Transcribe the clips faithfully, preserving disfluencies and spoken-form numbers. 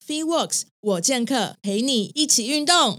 FitWorks 我健客陪你一起运动。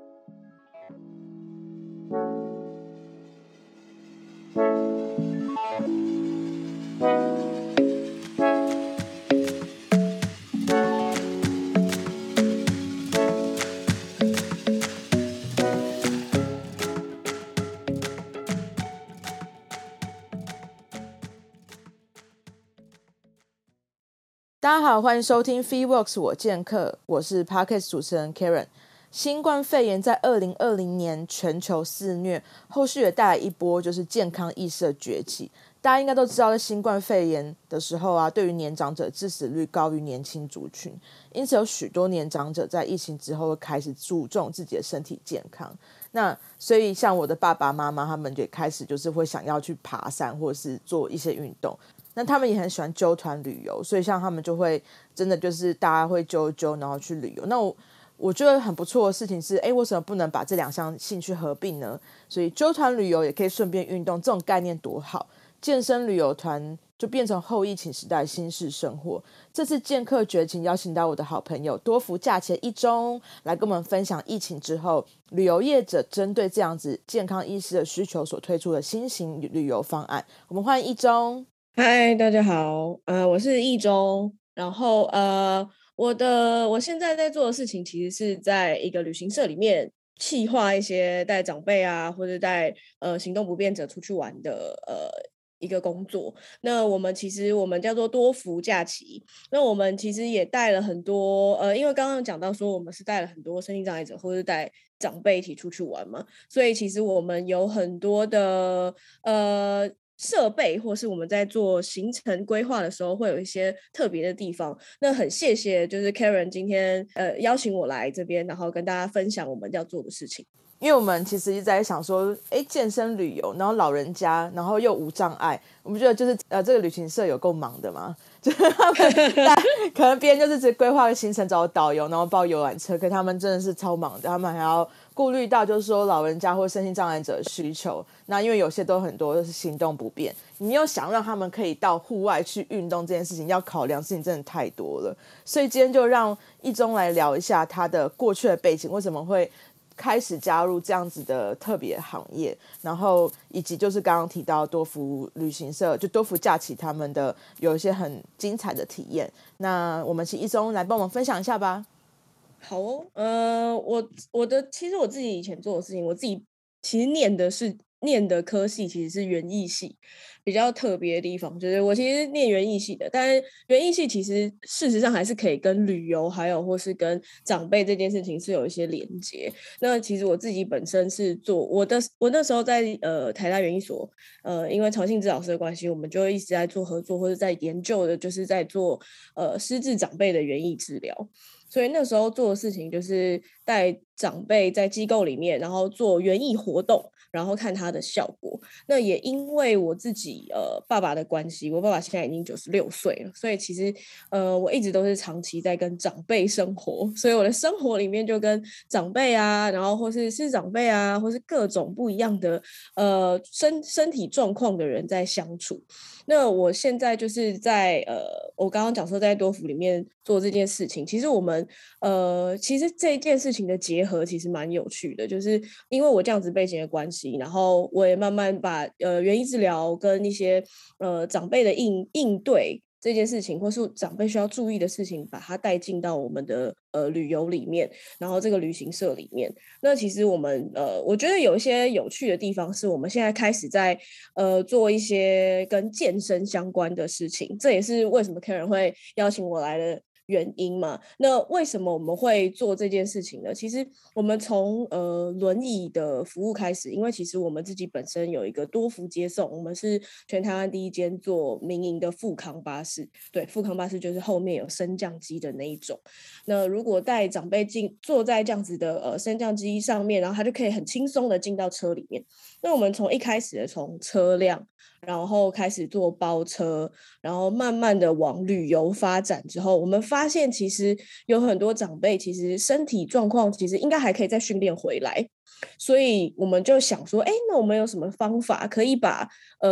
大家好，欢迎收听 FitWorks 我健客，我是 Podcast 主持人 Karen。新冠肺炎在二零二零年全球肆虐，后续也带来一波就是健康意识的崛起。大家应该都知道，在新冠肺炎的时候啊，对于年长者致死率高于年轻族群，因此有许多年长者在疫情之后会开始注重自己的身体健康。那所以像我的爸爸妈妈他们也开始就是会想要去爬山或者是做一些运动。那他们也很喜欢揪团旅游，所以像他们就会真的就是大家会揪揪然后去旅游。那我我觉得很不错的事情是，哎，为什么不能把这两项兴趣合并呢？所以揪团旅游也可以顺便运动，这种概念多好！健身旅游团就变成后疫情时代新式生活。这次健客绝情邀请到我的好朋友多福假期一中来跟我们分享疫情之后旅游业者针对这样子健康意识的需求所推出的新型旅游方案。我们欢迎一中。 嗨，大家好，呃，我是易中，然后呃，我的我现在在做的事情，其实是在一个旅行社里面企划一些带长辈啊，或者带呃行动不便者出去玩的呃一个工作。那我们其实我们叫做多福假期，那我们其实也带了很多呃，因为刚刚讲到说我们是带了很多身心障碍者或者带长辈一起出去玩嘛，所以其实我们有很多的呃。设备或是我们在做行程规划的时候会有一些特别的地方，那很谢谢就是 Karen 今天呃邀请我来这边，然后跟大家分享我们要做的事情。 因为我们其实一直在想说，哎，健身旅游，然后老人家，然后又无障碍，我们觉得就是呃，这个旅行社有够忙的嘛，就是他们可能别人就是只规划个行程找导游，然后包游览车，可他们真的是超忙的，他们还要顾虑到就是说老人家或身心障碍者的需求。那因为有些都很多是行动不便，你又想让他们可以到户外去运动这件事情，要考量事情真的太多了。所以今天就让一中来聊一下他的过去的背景，为什么会开始加入这样子的特别行业，然后以及就是刚刚提到多福旅行社，就多福假期他们的有一些很精彩的体验。那我们请一中来帮我们分享一下吧。 好哦，呃，我我的其实我自己以前做的事情，我自己其实念的是念的科系其实是园艺系，比较特别的地方就是我其实念园艺系的，但是园艺系其实事实上还是可以跟旅游还有或是跟长辈这件事情是有一些连接。那其实我自己本身是做我的，我那时候在呃台大园艺所，呃，因为曹信之老师的关系，我们就一直在做合作或者在研究的，就是在做呃失智长辈的园艺治疗。所以那时候做的事情就是带长辈在机构里面，然后做园艺活动，然后看它的效果。那也因为我自己呃爸爸的关系，我爸爸现在已经九十六岁了，所以其实呃我一直都是长期在跟长辈生活，所以我的生活里面就跟长辈啊，然后或是是长辈啊，或是各种不一样的呃身身体状况的人在相处。那我现在就是在呃，我刚刚讲说在多福里面做这件事情，其实我们呃，其实这件事情的结合其实蛮有趣的，就是因为我这样子背景的关系，然后我也慢慢把呃园艺治疗跟一些呃长辈的应应对这件事情，或是长辈需要注意的事情，把它带进到我们的呃旅游里面，然后这个旅行社里面。那其实我们呃，我觉得有一些有趣的地方，是我们现在开始在呃做一些跟健身相关的事情，这也是为什么 Karen 会邀请我来的原因嘛。那为什么我们会做这件事情呢？其实我们从呃轮椅的服务开始，因为其实我们自己本身有一个多福接送，我们是全台湾第一间做民营的富康巴士。对，富康巴士就是后面有升降机的那一种。那如果带长辈进坐在这样子的呃升降机上面，然后他就可以很轻松的进到车里面。那我们从一开始的从车辆，然后开始做包车，然后慢慢的往旅游发展之后，我们发现其实有很多长辈其实身体状况其实应该还可以再训练回来，所以我们就想说，哎，那我们有什么方法可以把呃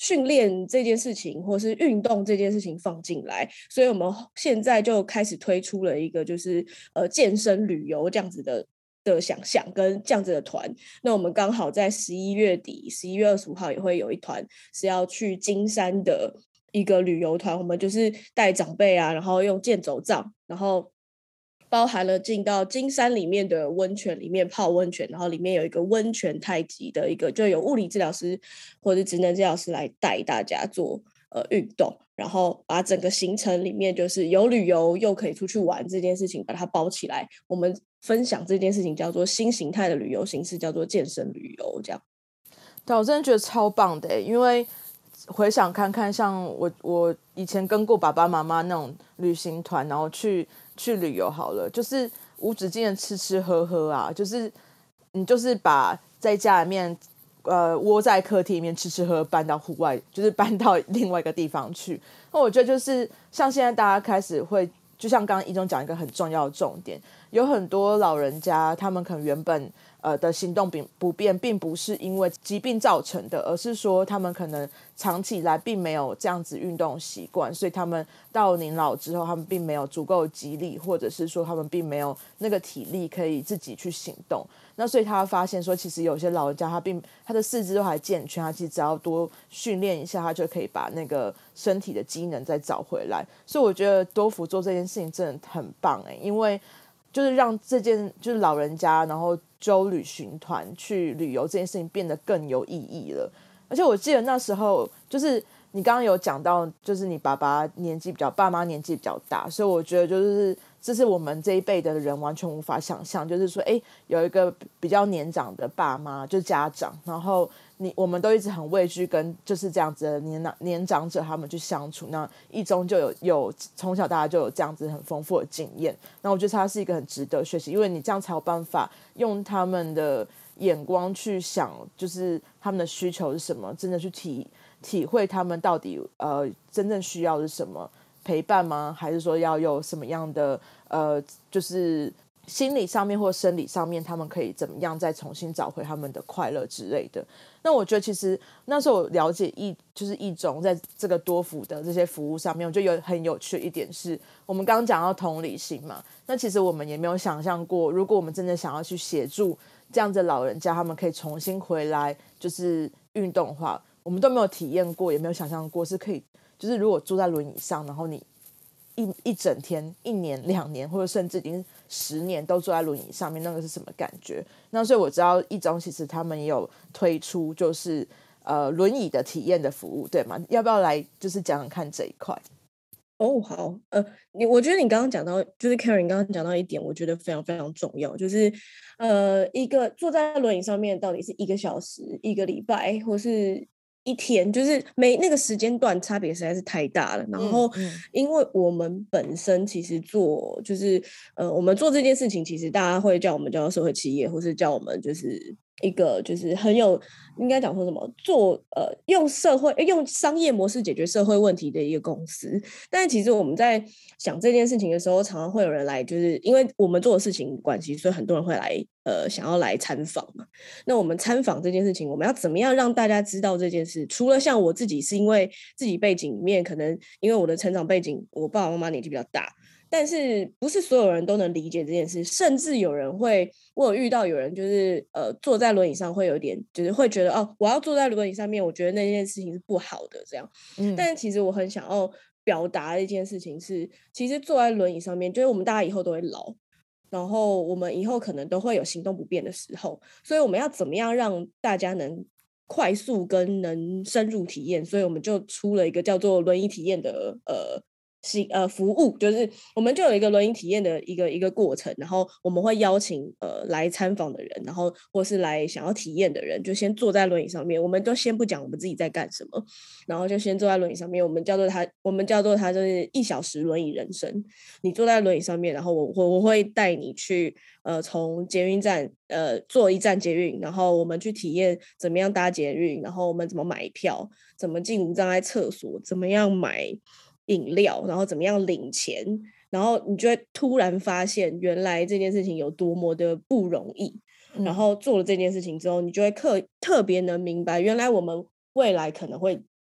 训练这件事情或是运动这件事情放进来，所以我们现在就开始推出了一个就是呃健身旅游这样子的的想象跟这样子的团。那我们刚好在十一月底十一月二十五号也会有一团是要去金山的一个旅游团，我们就是带长辈啊，然后用健走杖，然后包含了进到金山里面的温泉里面泡温泉，然后里面有一个温泉太极的一个，就有物理治疗师或者职能治疗师来带大家做呃运动，然后把整个行程里面就是有旅游又可以出去玩这件事情把它包起来。我们分享这件事情叫做新形态的旅游形式，叫做健身旅游这样。 对，我真的觉得超棒的，因为回想看看，像我我以前跟过爸爸妈妈那种旅行团，然后去去旅游好了，就是无止境的吃吃喝喝啊，就是你就是把在家里面呃窝在客厅里面吃吃喝喝搬到户外，就是搬到另外一个地方去。那我觉得就是像现在大家开始会，就像刚刚一中讲一个很重要的重点，有很多老人家他们可能原本呃的行动不便，并不是因为疾病造成的，而是说他们可能长期以来并没有这样子运动习惯，所以他们到年老之后，他们并没有足够的肌力，或者是说他们并没有那个体力可以自己去行动。那所以他发现说，其实有些老人家他并他的四肢都还健全，他其实只要多训练一下，他就可以把那个身体的机能再找回来。所以我觉得多福做这件事情真的很棒哎，因为就是让这件就是老人家然后周旅行团去旅游这件事情变得更有意义了。而且我记得那时候就是你刚刚有讲到，就是你爸爸年纪比较爸妈年纪比较大，所以我觉得就是这是我们这一辈的人完全无法想象，就是说哎，有一个比较年长的爸妈就是家长，然后你我们都一直很畏惧跟就是这样子的年年长者他们去相处，那一中就有有从小大家就有这样子很丰富的经验，那我觉得他是一个很值得学习，因为你这样才有办法用他们的眼光去想，就是他们的需求是什么，真的去体体会他们到底呃真正需要的是什么，陪伴吗？还是说要有什么样的呃就是心理上面或生理上面他们可以怎么样再重新找回他们的快乐之类的。那我觉得其实那时候我了解一就是一种在这个多福的这些服务上面，我觉得有很有趣的一点是，我们刚刚讲到同理心嘛，那其实我们也没有想象过，如果我们真的想要去协助这样子的老人家他们可以重新回来就是运动的话，我们都没有体验过，也没有想象过是可以，就是如果坐在轮椅上，然后你一一整天、一年、两年，或者甚至已经十年都坐在轮椅上面，那个是什么感觉？那所以我知道一中其实他们也有推出，就是呃轮椅的体验的服务，对吗？要不要来就是讲讲看这一块？ 哦，好，呃，你我觉得你刚刚讲到，就是 Karen 刚刚讲到一点，我觉得非常非常重要，就是呃，一个坐在轮椅上面，到底是一个小时、一个礼拜，或是一天，就是每那个时间段差别实在是太大了。然后， 嗯嗯因为我们本身其实做，就是呃，我们做这件事情，其实大家会叫我们叫社会企业，或是叫我们就是一个就是很有应该讲说什么做呃用社会用商业模式解决社会问题的一个公司。但其实我们在想这件事情的时候，常常会有人来，就是因为我们做的事情关系，所以很多人会来呃想要来参访嘛。那我们参访这件事情，我们要怎么样让大家知道这件事？除了像我自己是因为自己背景里面，可能因为我的成长背景，我爸爸妈妈年纪比较大。但是不是所有人都能理解这件事，甚至有人会，我有遇到有人就是呃坐在轮椅上会有点，就是会觉得哦，我要坐在轮椅上面，我觉得那件事情是不好的这样。 嗯但其实我很想要表达的一件事情是，其实坐在轮椅上面，就是我们大家以后都会老，然后我们以后可能都会有行动不便的时候，所以我们要怎么样让大家能快速跟能深入体验？所以我们就出了一个叫做轮椅体验的呃。呃服务就是我们就有一个轮椅体验的一个一个过程，然后我们会邀请呃来参访的人，然后或是来想要体验的人，就先坐在轮椅上面，我们都先不讲我们自己在干什么，然后就先坐在轮椅上面，我们叫做它，我们叫做它就是一小时轮椅人生。你坐在轮椅上面，然后我我我会带你去呃从捷运站呃坐一站捷运，然后我们去体验怎么样搭捷运，然后我们怎么买票，怎么进无障碍厕所，怎么样买饮料，然后怎么样领钱，然后你就会突然发现原来这件事情有多么的不容易。然嗯后做了这件事情之后，你就会特特别能明白，原来我们未来可能会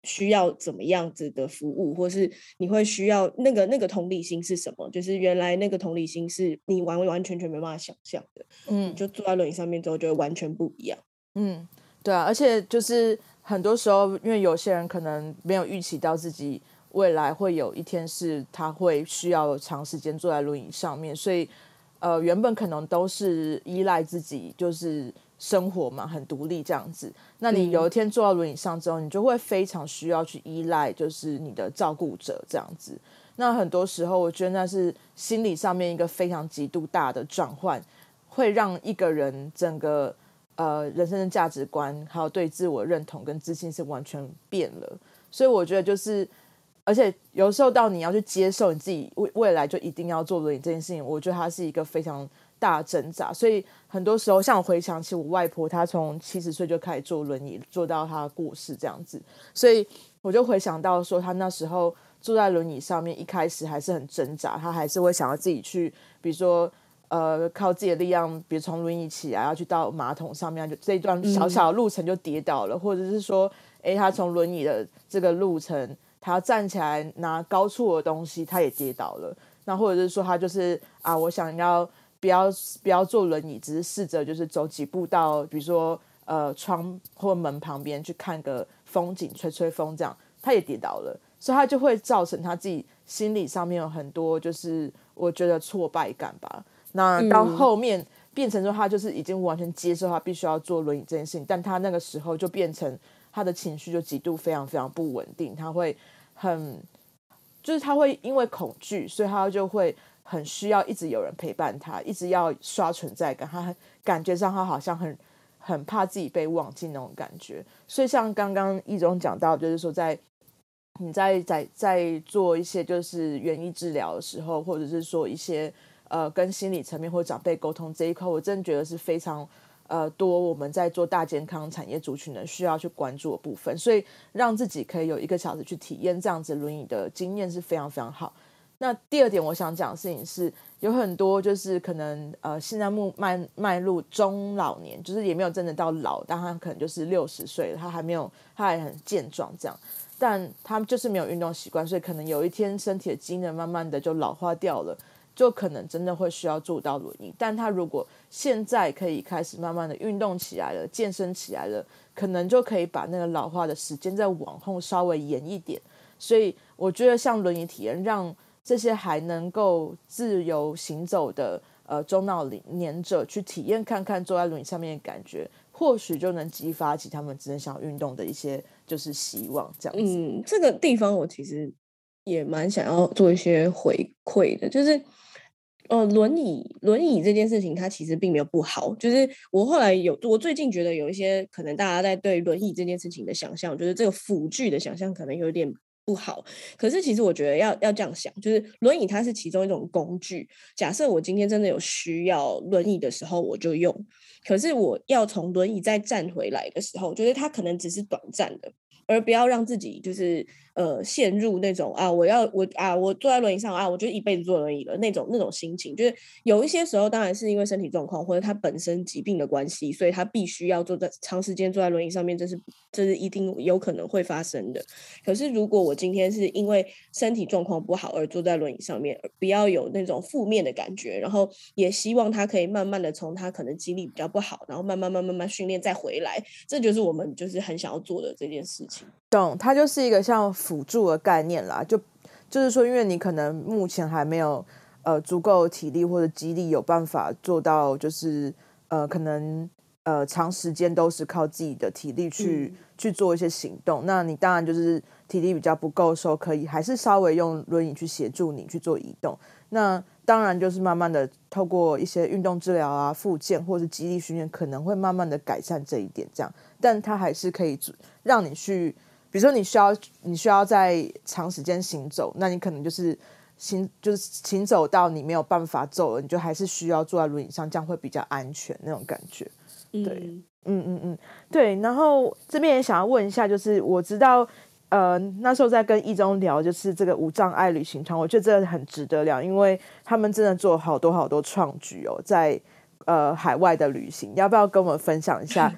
需要怎么样子的服务，或是你会需要那个那个同理心是什么，就是原来那个同理心是你完完全全没办法想象的，嗯，你就坐在轮椅上面之后就会完全不一样。 嗯，对啊，而且就是很多时候因为有些人可能没有预期到自己未来会有一天是他会需要长时间坐在轮椅上面，所以呃原本可能都是依赖自己就是生活嘛，很独立这样子，那你有一天坐到轮椅上之后，你就会非常需要去依赖就是你的照顾者这样子。那很多时候我觉得那是心理上面一个非常极度大的转换，会让一个人整个呃人生的价值观还有对自我认同跟自信是完全变了。所以我觉得就是而且有时候到你要去接受你自己未来就一定要坐轮椅这件事情，我觉得它是一个非常大的挣扎。所以很多时候像我回想起我外婆，她从七十岁就开始坐轮椅坐到她过世这样子，所以我就回想到说她那时候坐在轮椅上面一开始还是很挣扎，她还是会想要自己去比如说呃，靠自己的力量比如从轮椅起来要去到马桶上面，就这一段小小的路程就跌倒了、嗯、或者是说诶她从轮椅的这个路程他要站起来拿高处的东西他也跌倒了，那或者是说他就是啊我想要不要不要坐轮椅，只是试着就是走几步到比如说呃窗或门旁边去看个风景吹吹风这样，他也跌倒了，所以他就会造成他自己心理上面有很多就是我觉得挫败感吧。那到后面变成说他就是已经完全接受他必须要坐轮椅这件事情，但他那个时候就变成他的情绪就极度非常非常不稳定，他会很就是他会因为恐惧，所以他就会很需要一直有人陪伴他，一直要刷存在感，他感觉上他好像很很怕自己被忘记那种感觉。所以像刚刚一中讲到就是说在你在在在做一些就是园艺治疗的时候，或者是说一些呃跟心理层面或长辈沟通这一块，我真的觉得是非常呃多我们在做大健康产业族群的需要去关注的部分，所以让自己可以有一个小时去体验这样子轮椅的经验是非常非常好。那第二点我想讲的事情是有很多就是可能呃现在迈迈入中老年，就是也没有真的到老，但他可能就是六十岁了，他还没有他还很健壮这样，但他就是没有运动习惯，所以可能有一天身体的机能慢慢的就老化掉了，就可能真的会需要坐到轮椅。但他如果现在可以开始慢慢的运动起来了，健身起来了，可能就可以把那个老化的时间再往后稍微延一点。所以我觉得像轮椅体验让这些还能够自由行走的呃中老年者去体验看看坐在轮椅上面的感觉，或许就能激发起他们真的想要运动的一些就是希望这样子。 嗯，这个地方我其实也蛮想要做一些回馈的，就是呃，轮椅轮椅这件事情它其实并没有不好，就是我后来有我最近觉得有一些可能大家在对轮椅这件事情的想象，就是这个辅具的想象可能有点不好，可是其实我觉得要要这样想，就是轮椅它是其中一种工具，假设我今天真的有需要轮椅的时候我就用，可是我要从轮椅再站回来的时候，就是它可能只是短暂的，而不要让自己就是呃陷入那种啊我要我啊我坐在轮椅上啊我就一辈子坐轮椅了那种那种心情。就是有一些时候当然是因为身体状况或者他本身疾病的关系，所以他必须要坐在长时间坐在轮椅上面，这是这是一定有可能会发生的。可是如果我今天是因为身体状况不好而坐在轮椅上面，不要有那种负面的感觉，然后也希望他可以慢慢的从他可能肌力比较不好，然后慢慢慢慢慢训练再回来，这就是我们就是很想要做的这件事情。 懂，它就是一个像辅助的概念啦，就就是说因为你可能目前还没有呃足够的体力或者肌力有办法做到就是呃可能呃长时间都是靠自己的体力去、嗯、去做一些行动，那你当然就是体力比较不够的时候可以还是稍微用轮椅去协助你去做移动，那当然就是慢慢的透过一些运动治疗啊复健或是肌力训练可能会慢慢的改善这一点这样，但它还是可以让你去比如说你需要你需要在长时间行走，那你可能就是行就是行走到你没有办法走了，你就还是需要坐在轮椅上，这样会比较安全那种感觉。对，嗯嗯嗯嗯，对。然后这边也想要问一下，就是我知道呃那时候在跟一中聊就是这个无障碍旅行团，我觉得真的很值得聊，因为他们真的做好多好多创举哦，在呃海外的旅行，要不要跟我们分享一下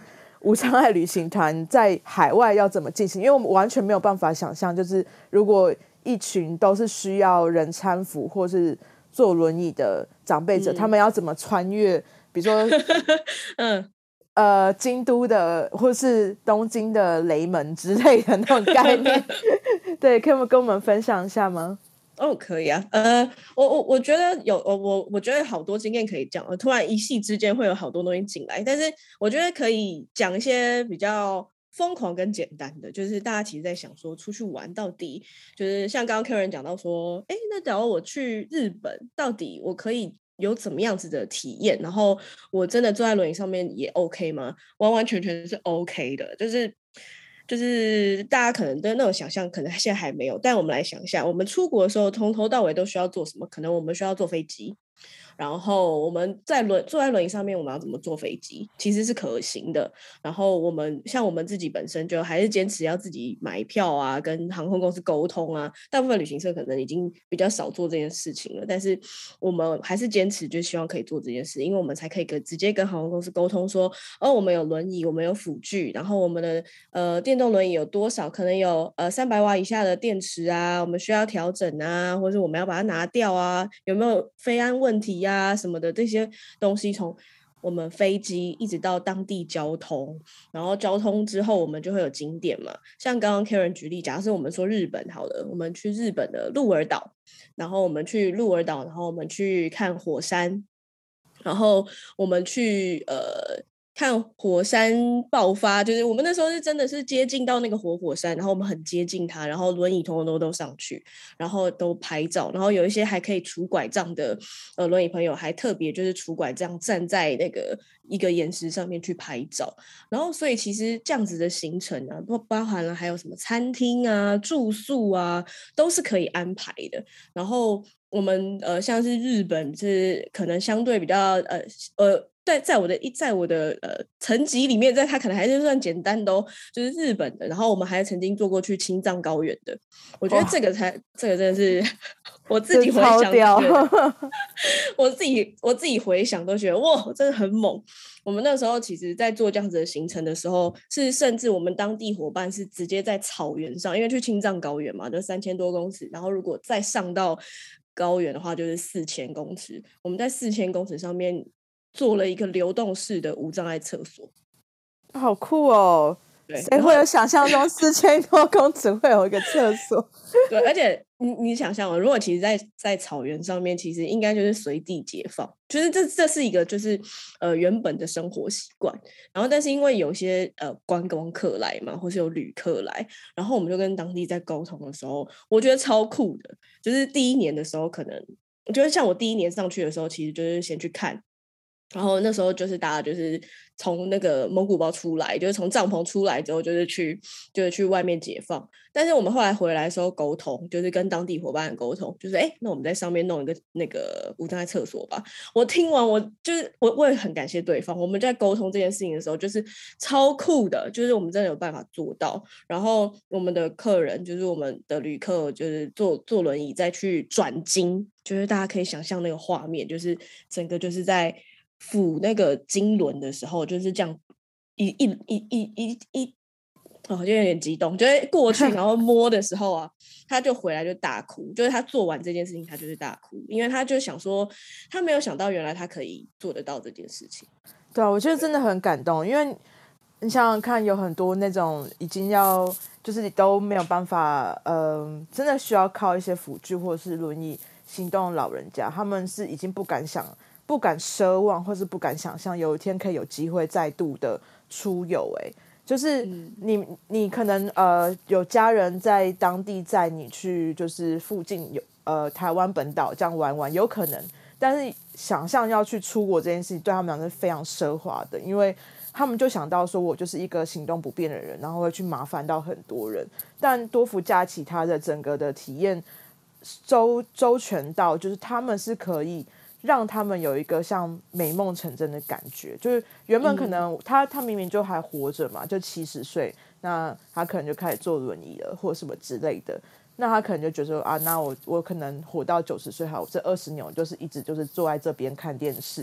无障碍旅行团在海外要怎么进行，因为我们完全没有办法想象，就是如果一群都是需要人搀扶或是坐轮椅的长辈者、嗯、他们要怎么穿越比如说嗯呃，京都的或是东京的雷门之类的那种概念对，可以跟我们分享一下吗？ 哦，可以啊，呃，我我我觉得有，我我我觉得好多经验可以讲，突然一夕之间会有好多东西进来，但是我觉得可以讲一些比较疯狂跟简单的，就是大家其实在想说出去玩到底，就是像刚刚 Karen 讲到说，哎，那假如我去日本，到底我可以有怎么样子的体验？然后我真的坐在轮椅上面也 OK 吗？完完全全是 OK 的，就是就是大家可能的那种想象，可能现在还没有。但我们来想一下，我们出国的时候，从头到尾都需要做什么？可能我们需要坐飞机。然后我们在轮坐在轮椅上面，我们要怎么坐飞机？其实是可行的。然后我们像我们自己本身就还是坚持要自己买票啊，跟航空公司沟通啊。大部分旅行社可能已经比较少做这件事情了，但是我们还是坚持，就希望可以做这件事，因为我们才可以跟直接跟航空公司沟通说，哦，我们有轮椅，我们有辅具，然后我们的呃电动轮椅有多少，可能有呃三百瓦以下的电池啊，我们需要调整啊，或者我们要把它拿掉啊，有没有飞安问题啊？啊什么的这些东西，从我们飞机一直到当地交通，然后交通之后我们就会有景点嘛，像刚刚 Karen 举例，假设我们说日本好了，我们去日本的鹿儿岛，然后我们去鹿儿岛，然后我们去看火山，然后我们去呃看火山爆发，就是我们那时候是真的是接近到那个活火山，然后我们很接近它，然后轮椅通通都都上去，然后都拍照，然后有一些还可以拄拐杖的呃轮椅朋友还特别就是拄拐杖站在那个一个岩石上面去拍照，然后所以其实这样子的行程啊，包包含了还有什么餐厅啊、住宿啊，都是可以安排的。然后我们呃像是日本是可能相对比较呃呃。在在我的在我的呃层级里面，在它可能还是算简单的哦，就是日本的。然后我们还曾经做过去青藏高原的，我觉得这个才这个真的是我自己回想都觉得，我自己我自己回想都觉得哇，真的很猛。我们那时候其实，在做这样子的行程的时候，是甚至我们当地伙伴是直接在草原上，因为去青藏高原嘛，就三千多公尺，然后如果再上到高原的话，就是四千公尺。我们在四千公尺上面做了一个流动式的无障碍厕所， 好酷哦！谁会有想象中四千多公尺会有一个厕所？ 对，而且你你想象哦，如果其实在在草原上面，其实应该就是随地解放，就是这这是一个就是呃原本的生活习惯。然后但是因为有些呃观光客来嘛，或是有旅客来，然后我们就跟当地在沟通的时候，我觉得超酷的。就是第一年的时候，可能我觉得像我第一年上去的时候，其实就是先去看。然后那时候就是大家就是从那个蒙古包出来，就是从帐篷出来之后，就是去就是去外面解放。但是我们后来回来的时候沟通，就是跟当地伙伴沟通，就是哎，那我们在上面弄一个那个无障碍厕所吧。我听完，我就是我我也很感谢对方。我们在沟通这件事情的时候，就是超酷的，就是我们真的有办法做到。然后我们的客人，就是我们的旅客，就是坐坐轮椅再去转经，就是大家可以想象那个画面，就是整个就是在抚那个经轮的时候，就是这样一一一一一一，哦，就有点激动，就是过去然后摸的时候啊，他就回来就大哭，就是他做完这件事情，他就是大哭，因为他就想说，他没有想到原来他可以做得到这件事情。 对啊，我觉得真的很感动，因为你想想看，有很多那种已经要就是你都没有办法，嗯、呃，真的需要靠一些辅具或者是轮椅行动的老人家，他们是已经不敢想。不敢奢望，或是不敢想象有一天可以有机会再度的出游。哎，就是你，你可能呃有家人在当地载你去，就是附近有呃台湾本岛这样玩玩，有可能。但是想象要去出国这件事情，对他们来讲是非常奢华的，因为他们就想到说我就是一个行动不便的人，然后会去麻烦到很多人。但多福家其他的整个的体验周周全到，就是他们是可以。让他们有一个像美梦成真的感觉，就是原本可能他、嗯、他明明就还活着嘛，就七十岁，那他可能就开始坐轮椅了，或什么之类的，那他可能就觉得啊，那我我可能活到九十岁好，我这二十年我就是一直就是坐在这边看电视，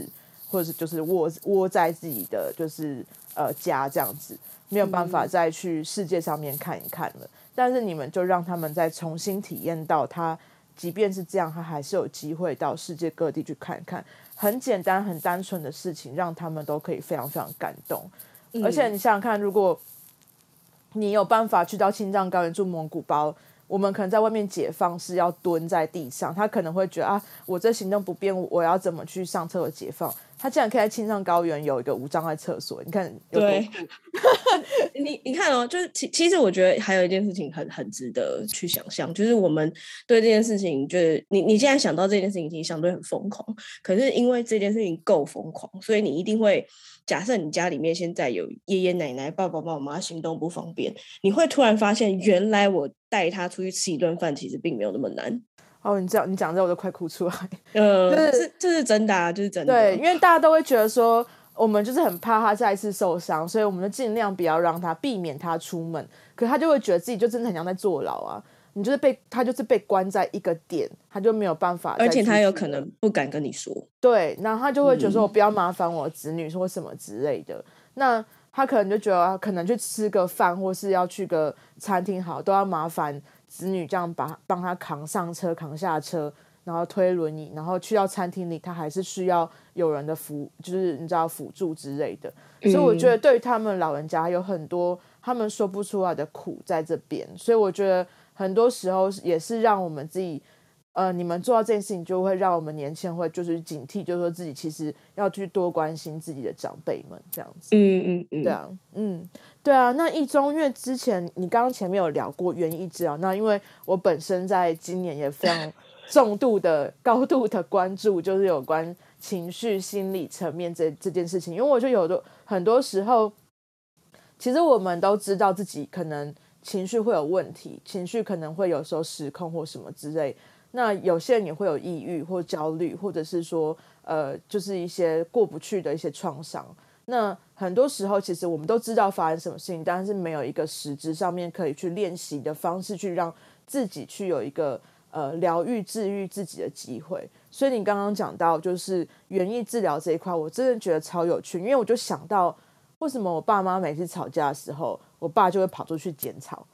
或者是就是窝窝在自己的就是呃家这样子，没有办法再去世界上面看一看了。但是你们就让他们再重新体验到他，即便是这样，他还是有机会到世界各地去看看，很简单很单纯的事情，让他们都可以非常非常感动。嗯、而且你想想看，如果你有办法去到青藏高原住蒙古包，我们可能在外面解放是要蹲在地上，他可能会觉得啊，我这行动不便，我要怎么去上厕所解放？他竟然可以在青藏高原有一个无障碍厕所，你看有多酷！ 你你看哦，就是其其实我觉得还有一件事情很很值得去想象，就是我们对这件事情，就是你你现在想到这件事情，其实相对很疯狂，可是因为这件事情够疯狂，所以你一定会假设你家里面现在有爷爷奶奶、爸爸妈妈行动不方便，你会突然发现，原来我带他出去吃一顿饭，其实并没有那么难。 哦，你这样你讲这我都快哭出来。 呃，这、就是这是真的啊，就是真的。 对，因为大家都会觉得说，我们就是很怕他再一次受伤，所以我们就尽量不要让他避免他出门。可是他就会觉得自己就真的很像在坐牢啊，你就是被他就是被关在一个点，他就没有办法再出去了， 而且他有可能不敢跟你说。 对，然后他就会觉得说，我不要麻烦我子女或什么之类的。嗯、那他可能就觉得，可能去吃个饭，或是要去个餐厅，好，都要麻烦子女这样把帮他扛上车、扛下车，然后推轮椅，然后去到餐厅里，他还是需要有人的辅，就是你知道辅助之类的。所以我觉得对于他们老人家有很多他们说不出来的苦在这边，所以我觉得很多时候也是让我们自己。呃，你们做到这件事情，就会让我们年轻人会就是警惕，就是说自己其实要去多关心自己的长辈们，这样子。 嗯嗯嗯， 对啊，嗯，对啊。那一中，因为之前你刚刚前面有聊过园艺治疗，那因为我本身在今年也非常重度的、高度的关注，就是有关情绪、心理层面这这件事情，因为我觉得有的很多时候，其实我们都知道自己可能情绪会有问题，情绪可能会有时候失控或什么之类。那有些人也会有抑郁或焦虑，或者是说呃，就是一些过不去的一些创伤。那很多时候其实我们都知道发生什么事情，但是没有一个实质上面可以去练习的方式，去让自己去有一个呃疗愈治愈自己的机会。所以你刚刚讲到就是园艺治疗这一块，我真的觉得超有趣，因为我就想到为什么我爸妈每次吵架的时候，我爸就会跑出去剪草。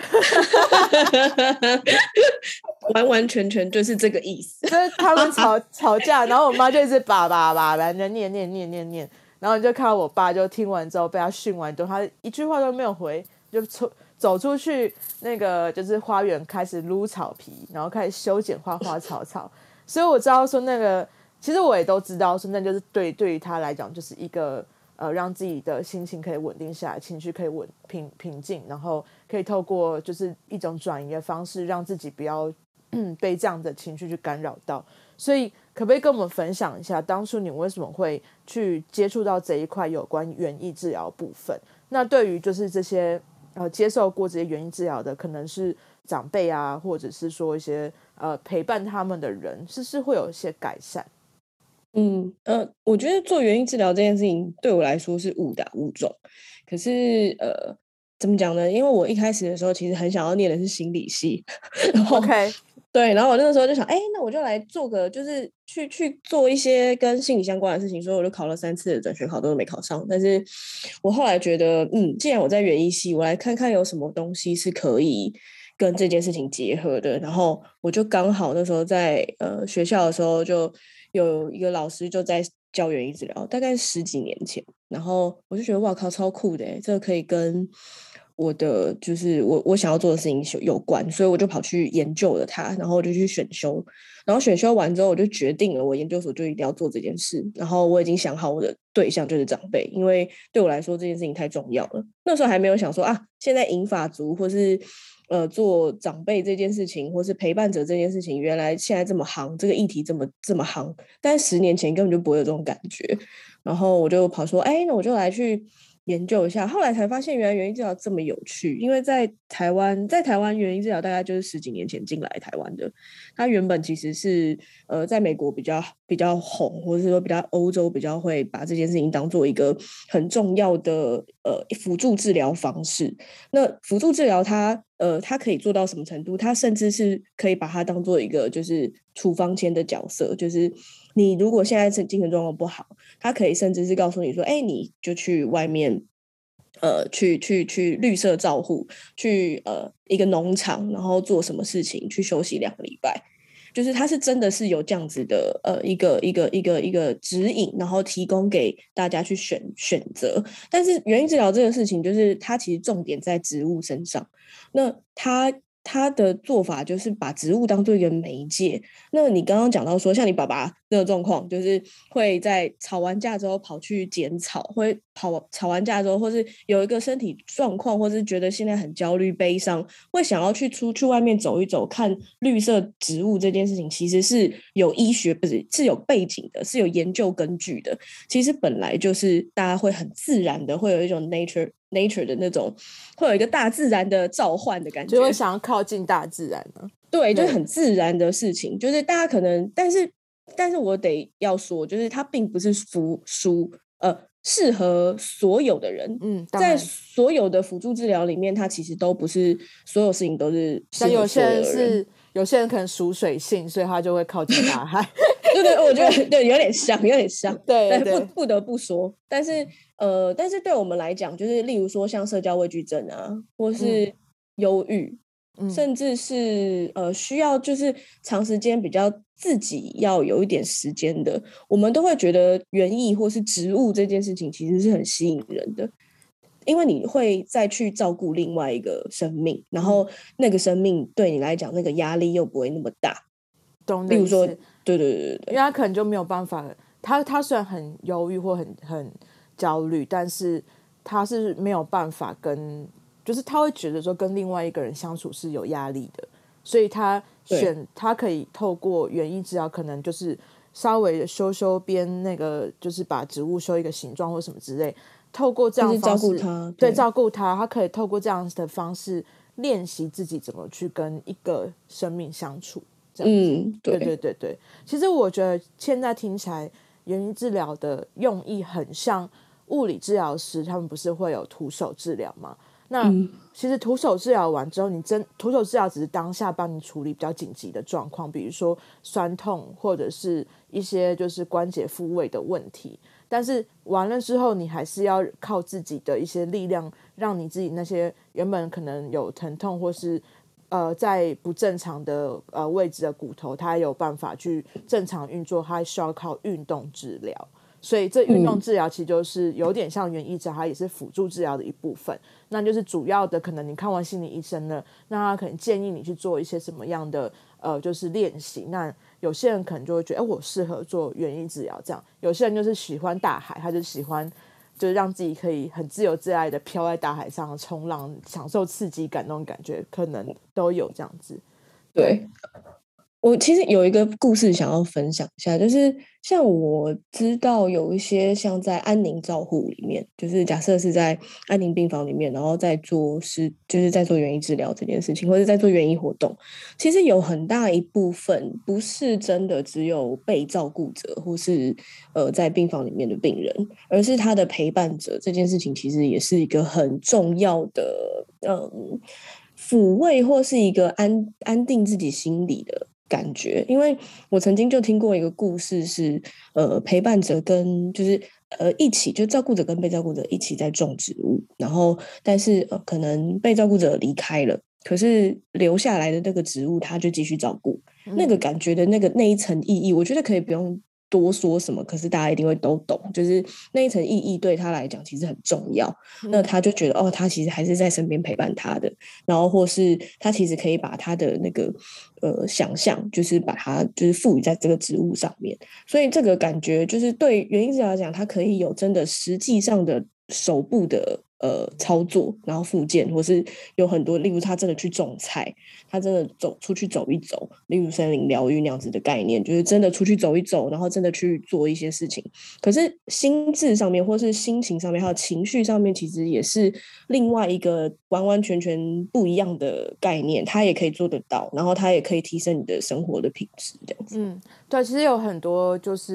完完全全就是这个意思， 就是他们吵吵架，然后我妈就一直叭叭叭叭念念念念念念，然后你就看到我爸就听完之后被他训完之后，他一句话都没有回，就出走出去那个就是花园开始撸草皮，然后开始修剪花花草草。所以我知道说那个，其实我也都知道说那就是对对于他来讲就是一个。呃，让自己的心情可以稳定下来，情绪可以稳平平静，然后可以透过就是一种转移的方式，让自己不要、嗯、被这样的情绪去干扰到。所以，可不可以跟我们分享一下，当初你为什么会去接触到这一块有关园艺治疗部分？那对于就是这些呃接受过这些园艺治疗的，可能是长辈啊，或者是说一些呃陪伴他们的人，是是会有一些改善？ 嗯呃，我觉得做园艺治疗这件事情对我来说是误打误撞，可是呃，怎么讲呢？因为我一开始的时候其实很想要念的是心理系，然后 OK， 对，然后我那个时候就想，哎，那我就来做个，就是去去做一些跟心理相关的事情，所以我就考了三次的转学考都没考上。但是我后来觉得，嗯，既然我在园艺系，我来看看有什么东西是可以跟这件事情结合的。然后我就刚好那时候在呃学校的时候就。有一个老师就在教园艺治疗，大概十几年前，然后我就觉得哇靠，超酷的耶，这个可以跟我的就是我我想要做的事情有关，所以我就跑去研究了它，然后我就去选修，然后选修完之后，我就决定了我研究所就一定要做这件事，然后我已经想好我的对象就是长辈，因为对我来说这件事情太重要了。那时候还没有想说啊，现在银发族或是。呃，做长辈这件事情，或是陪伴者这件事情，原来现在这么夯，这个议题这么这么夯，但十年前根本就不会有这种感觉。然后我就跑说，哎，那我就来去研究一下。后来才发现，原来园艺治疗这么有趣，因为在台湾，在台湾园艺治疗大概就是十几年前进来台湾的。它原本其实是呃，在美国比较比较红，或者是说比较欧洲比较会把这件事情当做一个很重要的呃辅助治疗方式。那辅助治疗它呃，他可以做到什么程度？他甚至是可以把它当做一个就是处方签的角色，就是你如果现在是精神状况不好，他可以甚至是告诉你说，哎，你就去外面。呃，去去去绿色照护，去呃一个农场，然后做什么事情，去休息两个礼拜，就是他是真的是有这样子的呃一个一个一个一个指引，然后提供给大家去选选择。但是园艺治疗这个事情，就是它其实重点在植物身上，那它。他的做法就是把植物当做一个媒介。那你刚刚讲到说，像你爸爸那个状况，就是会在吵完架之后跑去剪草，会跑吵完架之后，或是有一个身体状况，或是觉得现在很焦虑、悲伤，会想要去出去外面走一走，看绿色植物这件事情，其实是有医学不是是有背景的，是有研究根据的。其实本来就是大家会很自然的，会有一种 nature。nature 的那种，会有一个大自然的召唤的感觉， 就会想要靠近大自然呢、啊。 对，就是很自然的事情，就是大家可能，但是，但是我得要说，就是它并不是服属呃适合所有的人， 嗯， 在所有的辅助治疗里面，它其实都不是所有事情都是适合所有的人。 但有些人是，有些人可能属水性，所以他就会靠近大海。 对对，我觉得对，有点像，有点像。 对对， 不不得不说，但是呃，但是对我们来讲，就是例如说像社交畏惧症啊，或是忧郁。嗯，甚至是呃需要就是长时间比较自己要有一点时间的，我们都会觉得园艺或是植物这件事情其实是很吸引人的，因为你会再去照顾另外一个生命，然后那个生命对你来讲那个压力又不会那么大。 懂的意思。 例如说，对对对对对， 因为他可能就没有办法，他他虽然很忧郁或很很焦虑，但是他是没有办法跟。就是他会觉得说跟另外一个人相处是有压力的，所以他选他可以透过园艺治疗，可能就是稍微的修修边那个，就是把植物修一个形状或什么之类，透过这样的方式， 就是照顾他， 对，照顾他，他可以透过这样的方式练习自己怎么去跟一个生命相处。这样子，嗯，对对对对。其实我觉得现在听起来，园艺治疗的用意很像物理治疗师，他们不是会有徒手治疗吗？那其实徒手治疗完之后，你真徒手治疗只是当下帮你处理比较紧急的状况，比如说酸痛或者是一些就是关节复位的问题。但是完了之后，你还是要靠自己的一些力量，让你自己那些原本可能有疼痛或是呃在不正常的呃位置的骨头，它有办法去正常运作，它需要靠运动治疗。所以这运动治疗其实就是有点像园艺治疗，它也是辅助治疗的一部分。那就是主要的，可能你看完心理医生呢，那他可能建议你去做一些什么样的呃，就是练习。那有些人可能就会觉得，哎，我适合做园艺治疗这样。有些人就是喜欢大海，他就喜欢就是让自己可以很自由自在的飘在大海上冲浪，享受刺激感那种感觉，可能都有这样子。 对。我其实有一个故事想要分享一下，就是像我知道有一些像在安宁照护里面，就是假设是在安宁病房里面，然后在做是就是在做园艺治疗这件事情，或者在做园艺活动，其实有很大一部分不是真的只有被照顾者或是呃在病房里面的病人，而是他的陪伴者。这件事情其实也是一个很重要的嗯抚慰或是一个安安定自己心理的感觉。因为我曾经就听过一个故事是，呃，陪伴者跟就是呃一起，就照顾者跟被照顾者一起在种植物，然后但是呃可能被照顾者离开了，可是留下来的那个植物他就继续照顾，嗯、那个感觉的那个那一层意义，我觉得可以不用多说什么，可是大家一定会都懂，就是那一层意义对他来讲其实很重要。嗯、那他就觉得哦，他其实还是在身边陪伴他的，然后或是他其实可以把他的那个呃想象，就是把它就是赋予在这个植物上面。所以这个感觉就是对园艺治疗来讲，它可以有真的实际上的手部的呃操作，然后复健，或是有很多，例如他真的去种菜，他真的走出去走一走，例如森林疗愈那样子的概念，就是真的出去走一走，然后真的去做一些事情。可是心智上面，或是心情上面，还有情绪上面，其实也是另外一个完完全全不一样的概念，他也可以做得到，然后他也可以提升你的生活的品质，这样子。 嗯，对，其实有很多就是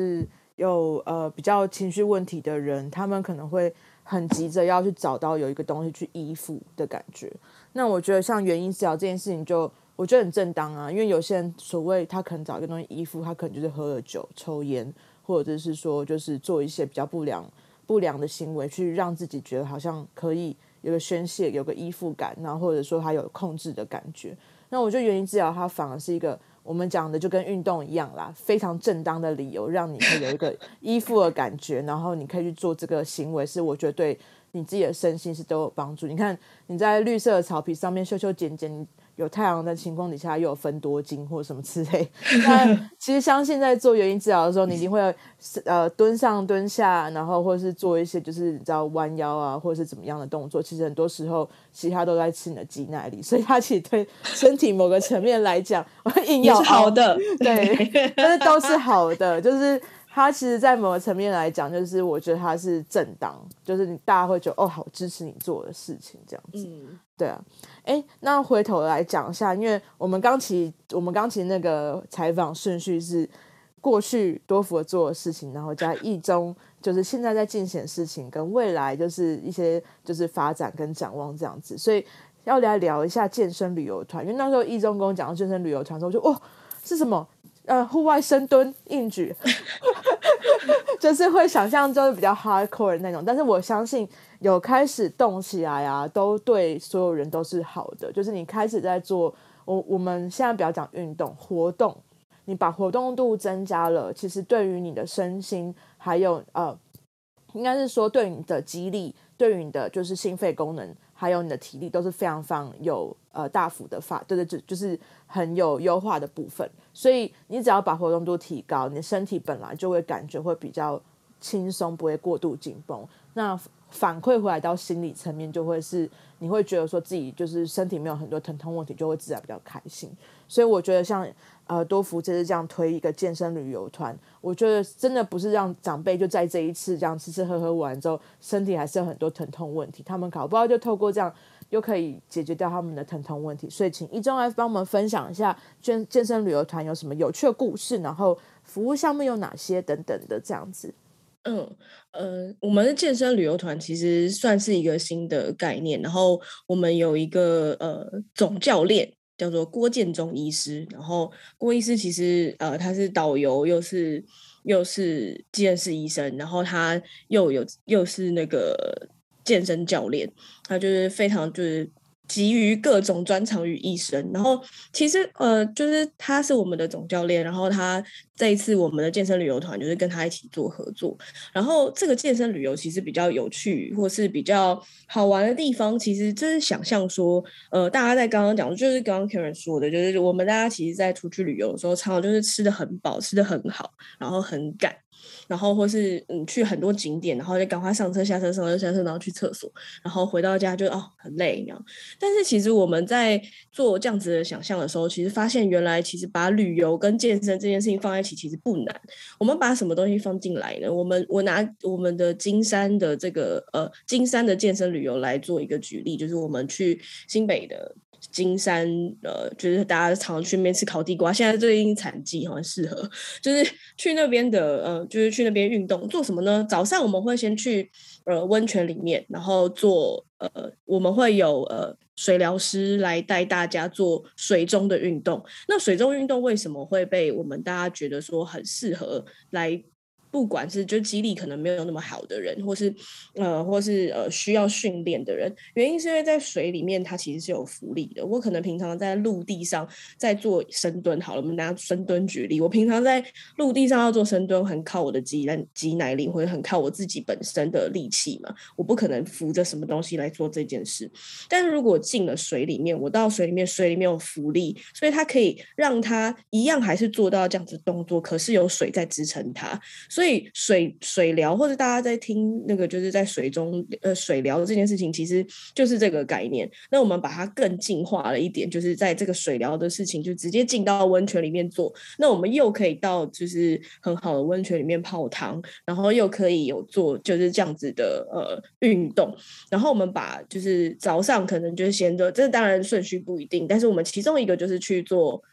有呃比较情绪问题的人，他们可能会很急着要去找到有一个东西去依附的感觉。那我觉得像原因治疗这件事情就我觉得很正当啊，因为有些人所谓他可能找一个东西依附，他可能就是喝了酒、抽烟，或者是说就是做一些比较不良不良的行为，去让自己觉得好像可以有个宣泄、有个依附感，然后或者说他有控制的感觉。那我觉得原因治疗它反而是一个我们讲的就跟运动一样啦，非常正当的理由，让你可以有一个依附的感觉，然后你可以去做这个行为，是我觉得对你自己的身心是都有帮助。你看你在绿色的草皮上面修修剪剪，有太阳的情况底下又有分多精或什么之类，那其实相信在做原因治疗的时候，你一定会呃蹲上蹲下，然后或者是做一些就是你知道弯腰啊，或者是怎么样的动作，其实很多时候其实它都在吃你的肌耐力，所以它其实对身体某个层面来讲硬要也是好的， 对，但是都是好的，就是它其实在某个层面来讲，就是我觉得它是正当，就是你大家会觉得哦好支持你做的事情这样子。嗯，对啊。哎，那回头来讲一下，因为我们刚其我们刚其实那个采访顺序是过去多福做的事情，然后加一中就是现在在进行的事情，跟未来就是一些就是发展跟展望这样子，所以要来聊一下健身旅游团。因为那时候一中跟我讲到健身旅游团的时候，我就哦是什么？呃，户外深蹲、硬举，就是会想象就是比较 hardcore 的那种，但是我相信有开始动起来啊，都对所有人都是好的。就是你开始在做，我我们现在不要讲运动活动，你把活动度增加了，其实对于你的身心，还有呃，应该是说对于你的肌力，对于你的就是心肺功能，还有你的体力，都是非常非常有呃大幅的发，对对，就就是很有优化的部分。所以你只要把活动度提高，你的身体本来就会感觉会比较轻松，不会过度紧绷。那反馈回来到心理层面，就会是你会觉得说自己就是身体没有很多疼痛问题，就会自然比较开心。所以我觉得像呃多福这次这样推一个健身旅游团，我觉得真的不是让长辈就在这一次这样吃吃喝喝完之后，身体还是有很多疼痛问题，他们搞不好就透过这样又可以解决掉他们的疼痛问题。所以请一中来帮我们分享一下健健身旅游团有什么有趣的故事，然后服务项目有哪些等等的这样子。 嗯呃，我们的健身旅游团其实算是一个新的概念，然后我们有一个呃总教练叫做郭建中医师，然后郭医师其实呃他是导游，又是又是健身医生，然后他又有又是那个健身教练，他就是非常就是集于各种专长于一身。然后其实呃，就是他是我们的总教练，然后他这一次我们的健身旅游团就是跟他一起做合作。然后这个健身旅游其实比较有趣或是比较好玩的地方，其实就是想象说，呃，大家在刚刚讲的，就是刚刚 Karen 说的，就是我们大家其实在出去旅游的时候，常常就是吃的很饱，吃的很好，然后很赶。然后或是嗯去很多景点，然后就赶快上车下车上车下车，然后去厕所，然后回到家就哦很累这样。但是其实我们在做这样子的想象的时候，其实发现原来其实把旅游跟健身这件事情放在一起其实不难。我们把什么东西放进来呢？我们我拿我们的金山的这个呃金山的健身旅游来做一个举例，就是我们去新北的金山，呃，就是大家常常去那边吃烤地瓜，现在最近产季很适合，就是去那边的，呃，就是去那边运动，做什么呢？早上我们会先去呃温泉里面，然后做呃，我们会有呃水疗师来带大家做水中的运动。那水中运动为什么会被我们大家觉得说很适合来？不管是就肌力可能没有那么好的人，或是呃，或是呃需要训练的人，原因是因为在水里面它其实是有浮力的。我可能平常在陆地上在做深蹲，好了，我们拿深蹲举例，我平常在陆地上要做深蹲，很靠我的肌耐肌耐力，或者很靠我自己本身的力气嘛，我不可能扶着什么东西来做这件事。但是如果进了水里面，我到水里面，水里面有浮力，所以它可以让它一样还是做到这样子动作，可是有水在支撑它。所以水水疗或者大家在听那个就是在水中呃水疗这件事情，其实就是这个概念。那我们把它更进化了一点，就是在这个水疗的事情就直接进到温泉里面做。那我们又可以到就是很好的温泉里面泡汤，然后又可以有做就是这样子的呃运动。然后我们把就是早上可能就是先做，这当然顺序不一定，但是我们其中一个就是去做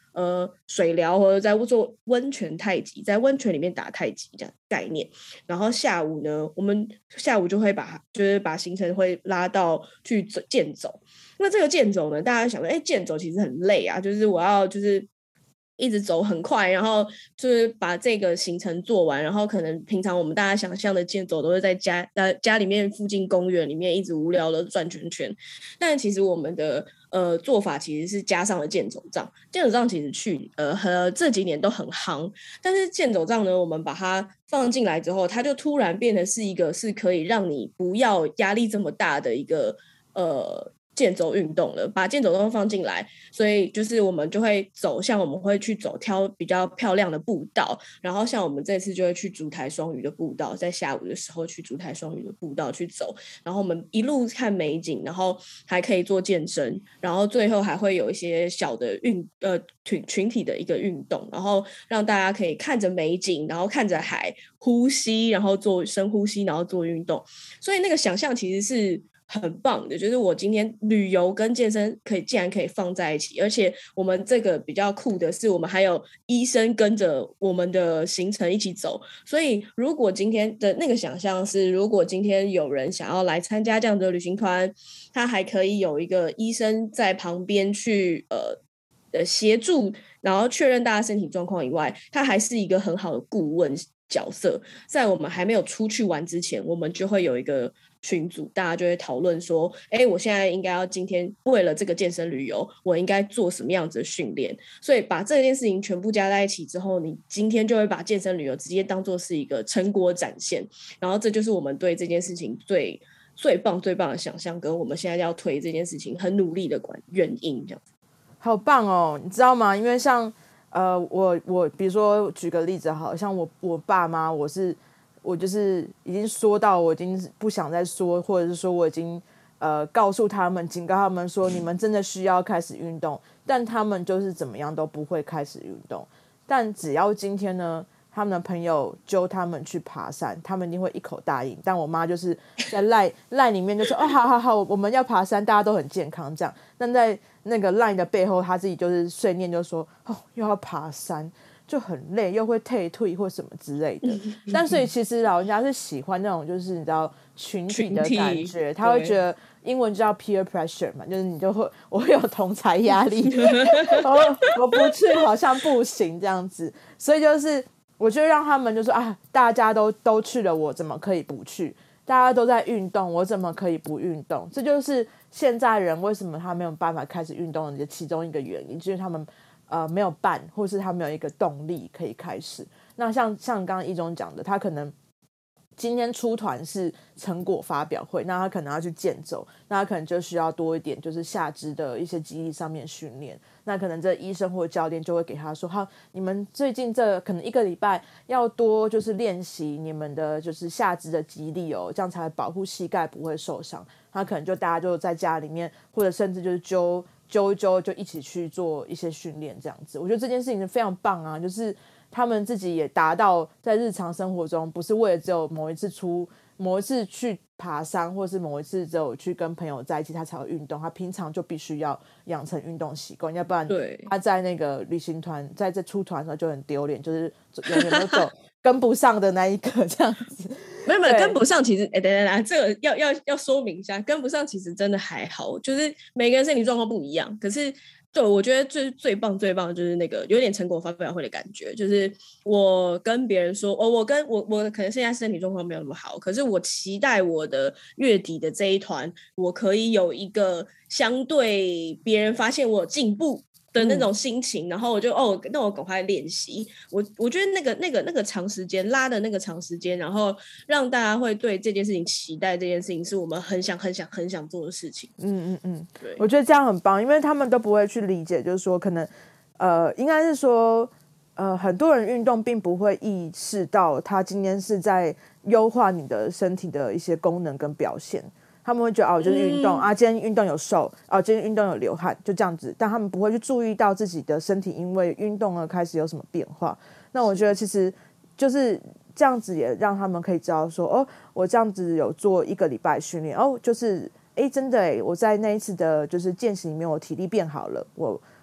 呃水疗或者在做温泉太极，在温泉里面打太极这样概念。然后下午呢，我们下午就会把就是把行程会拉到去健走。那这个健走呢，大家想说，哎，健走其实很累啊，就是我要就是一直走很快，然后就是把这个行程做完，然后可能平常我们大家想象的健走都是在家呃家里面附近公园里面一直无聊的转圈圈，但其实我们的呃做法其实是加上了健走杖。健走杖其实去呃和这几年都很夯，但是健走杖呢，我们把它放进来之后，它就突然变得是一个是可以让你不要压力这么大的一个呃。健走运动了，把健走运动放进来，所以就是我们就会走向我们会去走挑比较漂亮的步道，然后像我们这次就会去竹台双语的步道，在下午的时候去竹台双语的步道去走，然后我们一路看美景，然后还可以做健身，然后最后还会有一些小的运呃群群体的一个运动，然后让大家可以看着美景，然后看着海呼吸，然后做深呼吸，然后做运动，所以那个想象其实是很棒的，就是我今天旅游跟健身可以竟然可以放在一起，而且我们这个比较酷的是，我们还有医生跟着我们的行程一起走，所以如果今天的那个想象是，如果今天有人想要来参加这样的旅行团，他还可以有一个医生在旁边去呃。呃，协助，然后确认大家身体状况以外，他还是一个很好的顾问角色。在我们还没有出去玩之前，我们就会有一个群组，大家就会讨论说，哎，我现在应该要今天为了这个健身旅游，我应该做什么样子的训练？所以把这件事情全部加在一起之后，你今天就会把健身旅游直接当做是一个成果展现。然后这就是我们对这件事情最最棒最棒的想象，跟我们现在要推这件事情很努力的原因，这样子。 好棒哦，你知道吗？因为像呃，我我比如说举个例子，好像我我爸妈，我是我就是已经说到我已经不想再说，或者是说我已经呃告诉他们，警告他们说你们真的需要开始运动，但他们就是怎么样都不会开始运动。但只要今天呢，他们的朋友揪他们去爬山，他们一定会一口答应。但我妈就是在赖赖里面就说哦，好好好，我们要爬山，大家都很健康这样。但在那个 line 的背后，他自己就是碎念，就说哦，又要爬山，就很累，又会退退或什么之类的。但所以其实老人家是喜欢那种就是你知道群体的感觉，他会觉得英文叫 peer pressure 嘛，就是你就会我会有同侪压力，我我不去好像不行这样子，所以就是我就让他们就说啊，大家都都去了，我怎么可以不去？大家都在运动，我怎么可以不运动？这就是现在人为什么他没有办法开始运动的其中一个原因，就是他们呃没有办，或是他没有一个动力可以开始。那像像刚刚一中讲的，他可能今天出团是成果发表会，那他可能要去健走，那他可能就需要多一点就是下肢的一些肌力上面训练。那可能这医生或者教练就会给他说，好，你们最近这可能一个礼拜要多就是练习你们的就是下肢的肌力哦，这样才保护膝盖不会受伤。他可能就大家就在家里面，或者甚至就是揪揪一揪就一起去做一些训练这样子。我觉得这件事情非常棒啊，就是他们自己也达到在日常生活中不是为了只有某一次出某一次去爬山，或是某一次只有去跟朋友在一起他才会运动，他平常就必须要养成运动习惯，要不然他在那个旅行团在这出团的时候就很丢脸，就是永远都走跟不上的那一个这样子。 没有没有跟不上，其实哎，等等等，这个要要要说明一下，跟不上其实真的还好，就是每个人身体状况不一样，可是对我觉得最最棒最棒就是那个有点成果发表会的感觉，就是我跟别人说，哦，我跟我我可能现在身体状况没有那么好，可是我期待我的月底的这一团，我可以有一个相对别人发现我有进步的那种心情，嗯、然后我就哦，那我赶快练习。我我觉得那个那个那个长时间拉的那个长时间，然后让大家会对这件事情期待，这件事情是我们很想很想很想做的事情。 嗯嗯嗯，对，我觉得这样很棒，因为他们都不会去理解，就是说可能呃，应该是说呃，很多人运动并不会意识到他今天是在优化你的身体的一些功能跟表现。他们会觉得哦，就是运动、嗯、啊，今天运动有瘦，哦，今天运动有流汗，就这样子。但他们不会去注意到自己的身体因为运动而开始有什么变化。那我觉得其实就是这样子，也让他们可以知道说，哦，我这样子有做一个礼拜训练，哦，就是哎，真的哎，我在那一次的就是健行里面，我体力变好了，我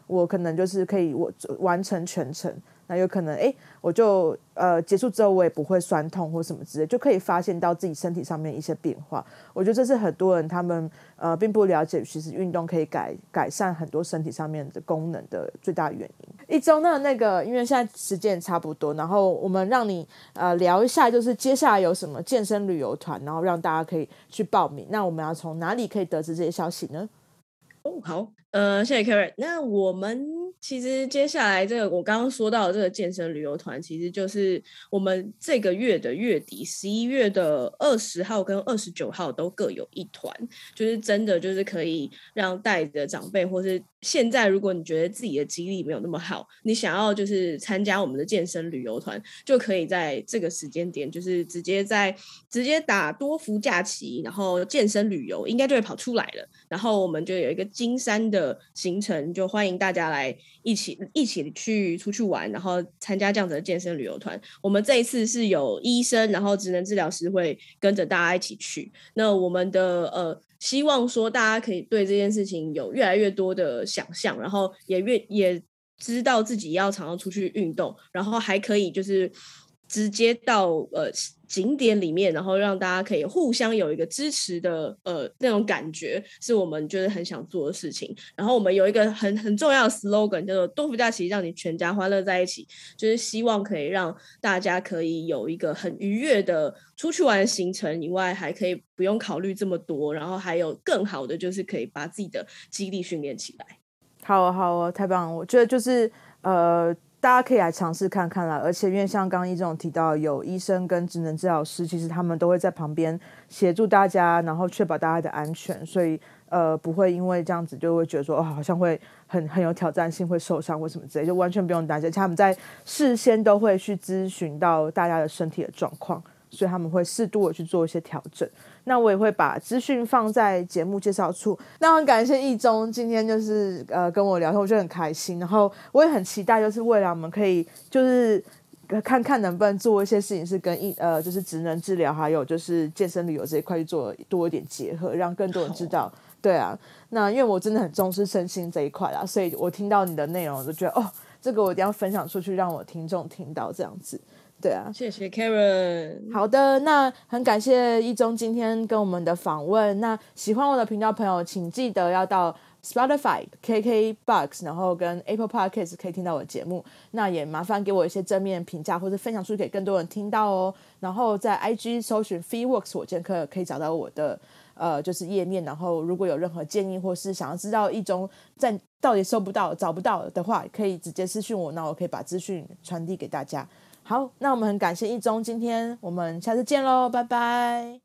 我可能就是可以我完成全程，那有可能哎，我就呃结束之后我也不会酸痛或什么之类，就可以发现到自己身体上面一些变化。我觉得这是很多人他们呃并不了解，其实运动可以改改善很多身体上面的功能的最大原因。一周呢，那个因为现在时间也差不多，然后我们让你呃聊一下，就是接下来有什么健身旅游团，然后让大家可以去报名。那我们要从哪里可以得知这些消息呢？ 哦，好，呃，谢谢 Karen。那我们其实接下来这个我刚刚说到的这个健身旅游团，其实就是我们这个月的月底，十一月的二十号跟二十九号都各有一团，就是真的就是可以让带着长辈，或是现在如果你觉得自己的肌力没有那么好，你想要就是参加我们的健身旅游团，就可以在这个时间点，就是直接在直接打多福假期，然后健身旅游应该就会跑出来了，然后我们就有一个金山的行程，就欢迎大家来一起一起去出去玩，然后参加这样子的健身旅游团。我们这一次是有医生，然后职能治疗师会跟着大家一起去。那我们的呃，希望说大家可以对这件事情有越来越多的想象，然后也越也知道自己要常常出去运动，然后还可以就是直接到呃景点里面，然后让大家可以互相有一个支持的呃那种感觉，是我们就是很想做的事情。然后我们有一个很很重要的 slogan 叫做多福假期让你全家欢乐在一起，就是希望可以让大家可以有一个很愉悦的出去玩的行程以外，还可以不用考虑这么多，然后还有更好的就是可以把自己的肌力训练起来。 好哦，好哦，太棒了！我觉得就是呃，大家可以来尝试看看啦。而且因为像刚刚一中提到，有医生跟职能治疗师，其实他们都会在旁边协助大家，然后确保大家的安全，所以呃不会因为这样子就会觉得说哦好像会很很有挑战性，会受伤或什么之类，就完全不用担心。他们在事先都会去咨询到大家的身体的状况，所以他们会适度的去做一些调整。那我也会把资讯放在节目介绍处。那很感谢一中今天就是呃跟我聊天，我觉得很开心。然后我也很期待，就是未来我们可以就是看看能不能做一些事情是跟呃就是职能治疗还有就是健身旅游这一块去做多一点结合，让更多人知道。对啊，那因为我真的很重视身心这一块啦，所以我听到你的内容我就觉得哦，这个我一定要分享出去，让我听众听到这样子。对啊， 谢谢 Karen。 好的，那很感谢一中今天跟我们的访问。那喜欢我的频道朋友，请记得要到 Spotify、K K B O X， 然后跟 Apple Podcast 可以听到我的节目。那也麻烦给我一些正面评价，或者分享出去给更多人听到哦。然后在 I G 搜寻 FreeWorks 我健客，可以找到我的呃就是页面。然后如果有任何建议，或是想要知道一中在到底收不到、找不到的话，可以直接私讯我，那我可以把资讯传递给大家。好，那我们很感谢一中，今天我们下次见喽，拜拜。